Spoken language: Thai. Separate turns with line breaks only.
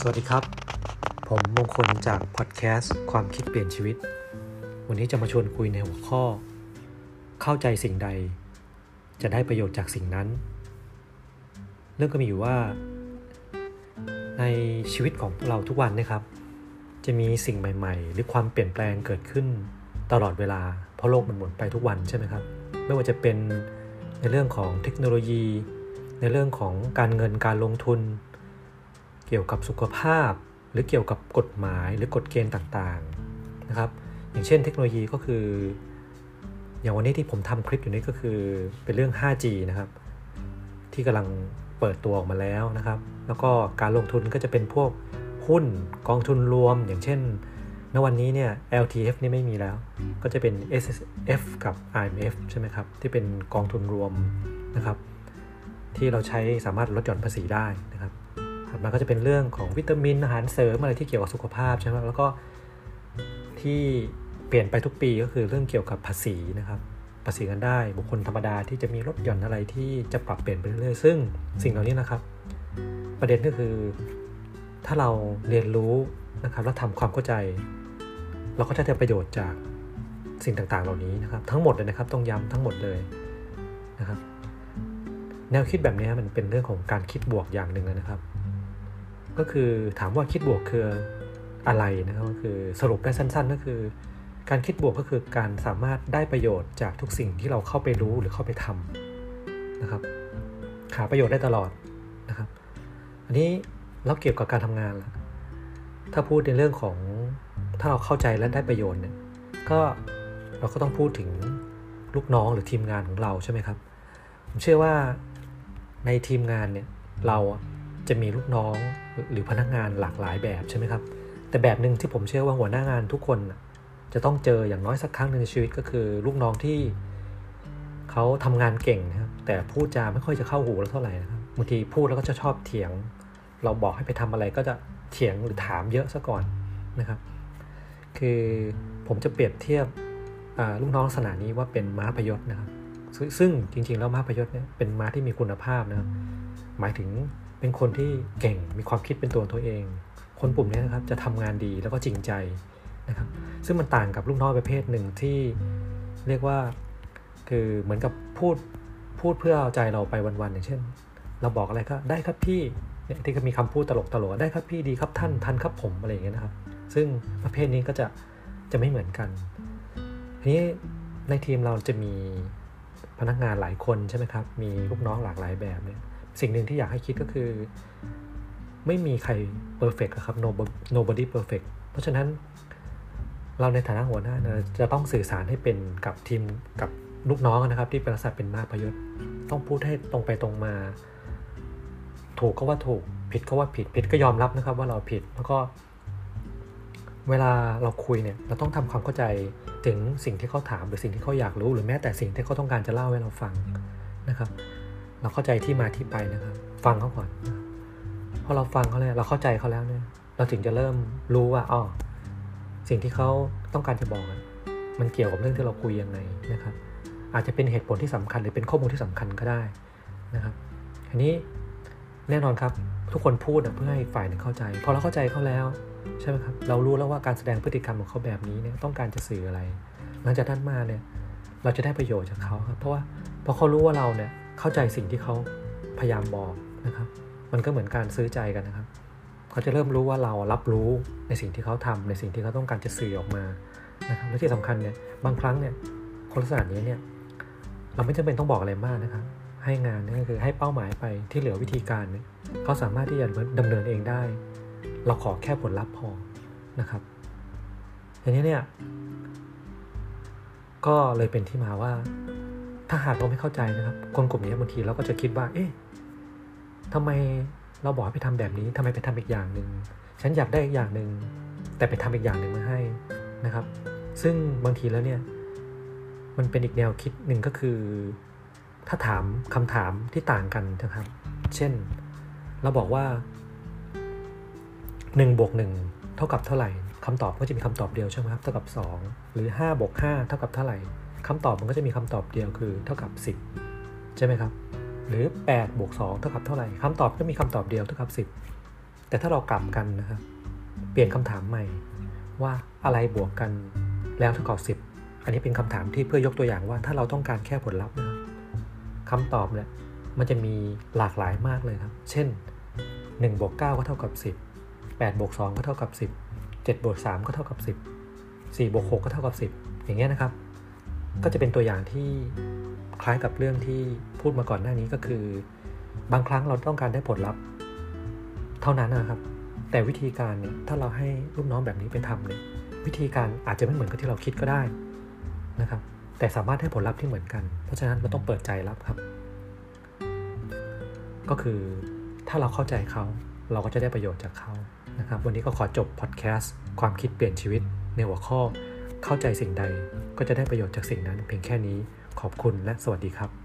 วัสดีครับผมมงคลจากพอดแคสต์ความคิดเปลี่ยนชีวิตวันนี้จะมาชวนคุยในหัวข้อเข้าใจสิ่งใดจะได้ประโยชน์จากสิ่งนั้นเรื่องก็มีอยู่ว่าในชีวิตของเราทุกวันนะครับจะมีสิ่งใหม่ๆหรือความเปลี่ยนแปลงเกิดขึ้นตลอดเวลาเพราะโลกมันหมุนไปทุกวันใช่ไหมครับไม่ว่าจะเป็นในเรื่องของเทคโนโลยีในเรื่องของการเงินการลงทุนเกี่ยวกับสุขภาพหรือเกี่ยวกับกฎหมายหรือกฎเกณฑ์ต่างๆนะครับอย่างเช่นเทคโนโลยีก็คืออย่างวันนี้ที่ผมทำคลิปอยู่นี้ก็คือเป็นเรื่อง 5G นะครับที่กำลังเปิดตัวออกมาแล้วนะครับแล้วก็การลงทุนก็จะเป็นพวกหุ้นกองทุนรวมอย่างเช่นณวันนี้เนี่ย LTF นี่ไม่มีแล้วก็จะเป็น SSF กับ IMF ใช่ไหมครับที่เป็นกองทุนรวมนะครับที่เราใช้สามารถลดหย่อนภาษีได้นะครับมันก็จะเป็นเรื่องของวิตามินอาหารเสริมอะไรที่เกี่ยวกับสุขภาพใช่ไหมแล้วก็ที่เปลี่ยนไปทุกปีก็คือเรื่องเกี่ยวกับภาษีนะครับภาษีกันได้บุคคลธรรมดาที่จะมีลดหย่อนอะไรที่จะปรับเปลี่ยนไปเรื่อยๆซึ่งสิ่งเหล่านี้นะครับประเด็นก็คือถ้าเราเรียนรู้นะครับแล้วทำความเข้าใจเราก็จะได้ประโยชน์จากสิ่งต่างๆเหล่านี้นะครับทั้งหมดเลยนะครับต้องย้ำทั้งหมดเลยนะครับแนวคิดแบบนี้มันเป็นเรื่องของการคิดบวกอย่างหนึ่งนะครับก็คือถามว่าคิดบวกคืออะไรนะครับก็คือสรุปได้สั้นๆก็คือการคิดบวกก็คือการสามารถได้ประโยชน์จากทุกสิ่งที่เราเข้าไปรู้หรือเข้าไปทำนะครับหาประโยชน์ได้ตลอดนะครับอันนี้เราเกี่ยวกับการทำงานล่ะถ้าพูดในเรื่องของถ้าเราเข้าใจและได้ประโยชน์เนี่ยก็เราก็ต้องพูดถึงลูกน้องหรือทีมงานของเราใช่ไหมครับผมเชื่อว่าในทีมงานเนี่ยเราจะมีลูกน้องหรือพนักงานหลากหลายแบบใช่ไหมครับแต่แบบนึงที่ผมเชื่อว่าหัวหน้างานทุกคนจะต้องเจออย่างน้อยสักครั้งนึงในชีวิตก็คือลูกน้องที่เขาทำงานเก่งนะครับแต่พูดจาไม่ค่อยจะเข้าหูเราเท่าไหร่นะครับบางทีพูดแล้วก็จะชอบเถียงเราบอกให้ไปทำอะไรก็จะเถียงหรือถามเยอะซะก่อนนะครับคือผมจะเปรียบเทียบลูกน้องลักษณะนี้ว่าเป็นม้าพยศนะครับซึ่งจริงๆแล้วม้าพยศเนี่ยเป็นม้าที่มีคุณภาพนะครับหมายถึงเป็นคนที่เก่งมีความคิดเป็นตัวเองคนกลุ่มนี้นะครับจะทำงานดีแล้วก็จริงใจนะครับซึ่งมันต่างกับลูกน้องประเภทหนึ่งที่เรียกว่าคือเหมือนกับพูดเพื่อเอาใจเราไปวันๆอย่างเช่นเราบอกอะไรก็ได้ครับพี่เนี่ยที่ก็มีคำพูดตลกได้ครับพี่ดีครับท่านทันครับผมอะไรอย่างเงี้ยนะครับซึ่งประเภทนี้ก็จะไม่เหมือนกันทีนี้ในทีมเราจะมีพนักงานหลายคนใช่ไหมครับมีลูกน้องหลากหลายแบบเนี่ยสิ่งหนึ่งที่อยากให้คิดก็คือไม่มีใคร perfect ครับ nobody perfect เพราะฉะนั้นเราในฐานะหัวหน้าจะต้องสื่อสารให้เป็นกับทีมกับลูกน้องนะครับที่เป็นลักษณะเป็นม้าพยศต้องพูดให้ตรงไปตรงมาถูกก็ว่าถูกผิดก็ว่าผิดก็ยอมรับนะครับว่าเราผิดแล้วก็เวลาเราคุยเนี่ยเราต้องทำความเข้าใจถึงสิ่งที่เขาถามหรือสิ่งที่เขาอยากรู้หรือแม้แต่สิ่งที่เขาต้องการจะเล่าให้เราฟังนะครับเราเข้าใจที่มาที่ไปนะครับฟังเขาก่อนพอเราฟังเขาแล้วเราเข้าใจเขาแล้วเนี่ยเราถึงจะเริ่มรู้ว่าสิ่งที่เขาต้องการจะบอกมันเกี่ยวกับเรื่องที่เราคุยยังไงนะครับอาจจะเป็นเหตุผลที่สำคัญหรือเป็นข้อมูลที่สำคัญก็ได้นะครับอันนี้แน่นอนครับทุกคนพูดเพื่อให้ฝ่ายหนึ่งเข้าใจพอเราเข้าใจเขาแล้วใช่ไหมครับเรารู้แล้วว่าการแสดงพฤติกรรมของเขาแบบนี้เนี่ยต้องการจะสื่ออะไรหลังจากนั้นมาเนี่ยเราจะได้ประโยชน์จากเขาครับเพราะว่าพอเขารู้ว่าเราเนี่ยเข้าใจสิ่งที่เขาพยายามบอกนะครับมันก็เหมือนการซื้อใจกันนะครับเขาจะเริ่มรู้ว่าเรารับรู้ในสิ่งที่เขาทำในสิ่งที่เขาต้องการจะสื่อออกมานะครับและที่สำคัญเนี่ยบางครั้งเนี่ยคนลักษณะนี้เนี่ยเราไม่จำเป็นต้องบอกอะไรมากนะครับให้งานนี่ก็คือให้เป้าหมายไปที่เหลือวิธีการเนี่ยเขาสามารถที่จะดำเนินเองได้เราขอแค่ผลลัพธ์พอนะครับอย่างนี้เนี่ยก็เลยเป็นที่มาว่าถ้าหากเราไม่เข้าใจนะครับคนกลุ่มนี้บางทีเราก็จะคิดว่าทำไมเราบอกให้ไปทำแบบนี้ทำไมไปทำอีกอย่างหนึ่งฉันอยากได้อีกอย่างหนึ่งแต่ไปทำอีกอย่างหนึ่งมาให้นะครับซึ่งบางทีแล้วเนี่ยมันเป็นอีกแนวคิดหนึ่งก็คือถ้าถามคำถามที่ต่างกันนะครับเช่นเราบอกว่า1 บวก 1เท่ากับเท่าไหร่คำตอบก็จะมีคำตอบเดียวใช่ไหมครับเท่ากับ2หรือ5 บวก 5เท่ากับเท่าไหร่คำตอบมันก็จะมีคำตอบเดียวคือเท่ากับ10ใช่ไหมครับหรือ8 บวก 2เท่ากับเท่าไหร่คำตอบก็มีคำตอบเดียวเท่ากับ10แต่แต่ถ้าเรากลับกันนะครับเปลี่ยนคำถามใหม่ว่าอะไรบวกกันแล้วเท่ากับ10อันนี้เป็นคำถามที่เพื่อยกตัวอย่างว่าถ้าเราต้องการแค่ผลลัพธ์นะครับคำตอบเนี่ยมันจะมีหลากหลายมากเลยครับเช่น1 บวก 9ก็เท่ากับ10 8 บวก 2ก็เท่ากับ10 7 บวก 3ก็เท่ากับ10 4 บวก 6ก็เท่ากับ10อย่างเงี้ยนะครับก็จะเป็นตัวอย่างที่คล้ายกับเรื่องที่พูดมาก่อนหน้านี้ก็คือบางครั้งเราต้องการได้ผลลัพธ์เท่านั้นนะครับแต่วิธีการเนี่ยถ้าเราให้ลูกน้องแบบนี้ไปทำเนี่ยวิธีการอาจจะไม่เหมือนกับที่เราคิดก็ได้นะครับแต่สามารถให้ผลลัพธ์ที่เหมือนกันเพราะฉะนั้นเราต้องเปิดใจรับครับก็คือถ้าเราเข้าใจเขาเราก็จะได้ประโยชน์จากเขานะครับวันนี้ก็ขอจบพอดแคสต์ความคิดเปลี่ยนชีวิตในหัวข้อเข้าใจสิ่งใดก็จะได้ประโยชน์จากสิ่งนั้นเพียงแค่นี้ขอบคุณและสวัสดีครับ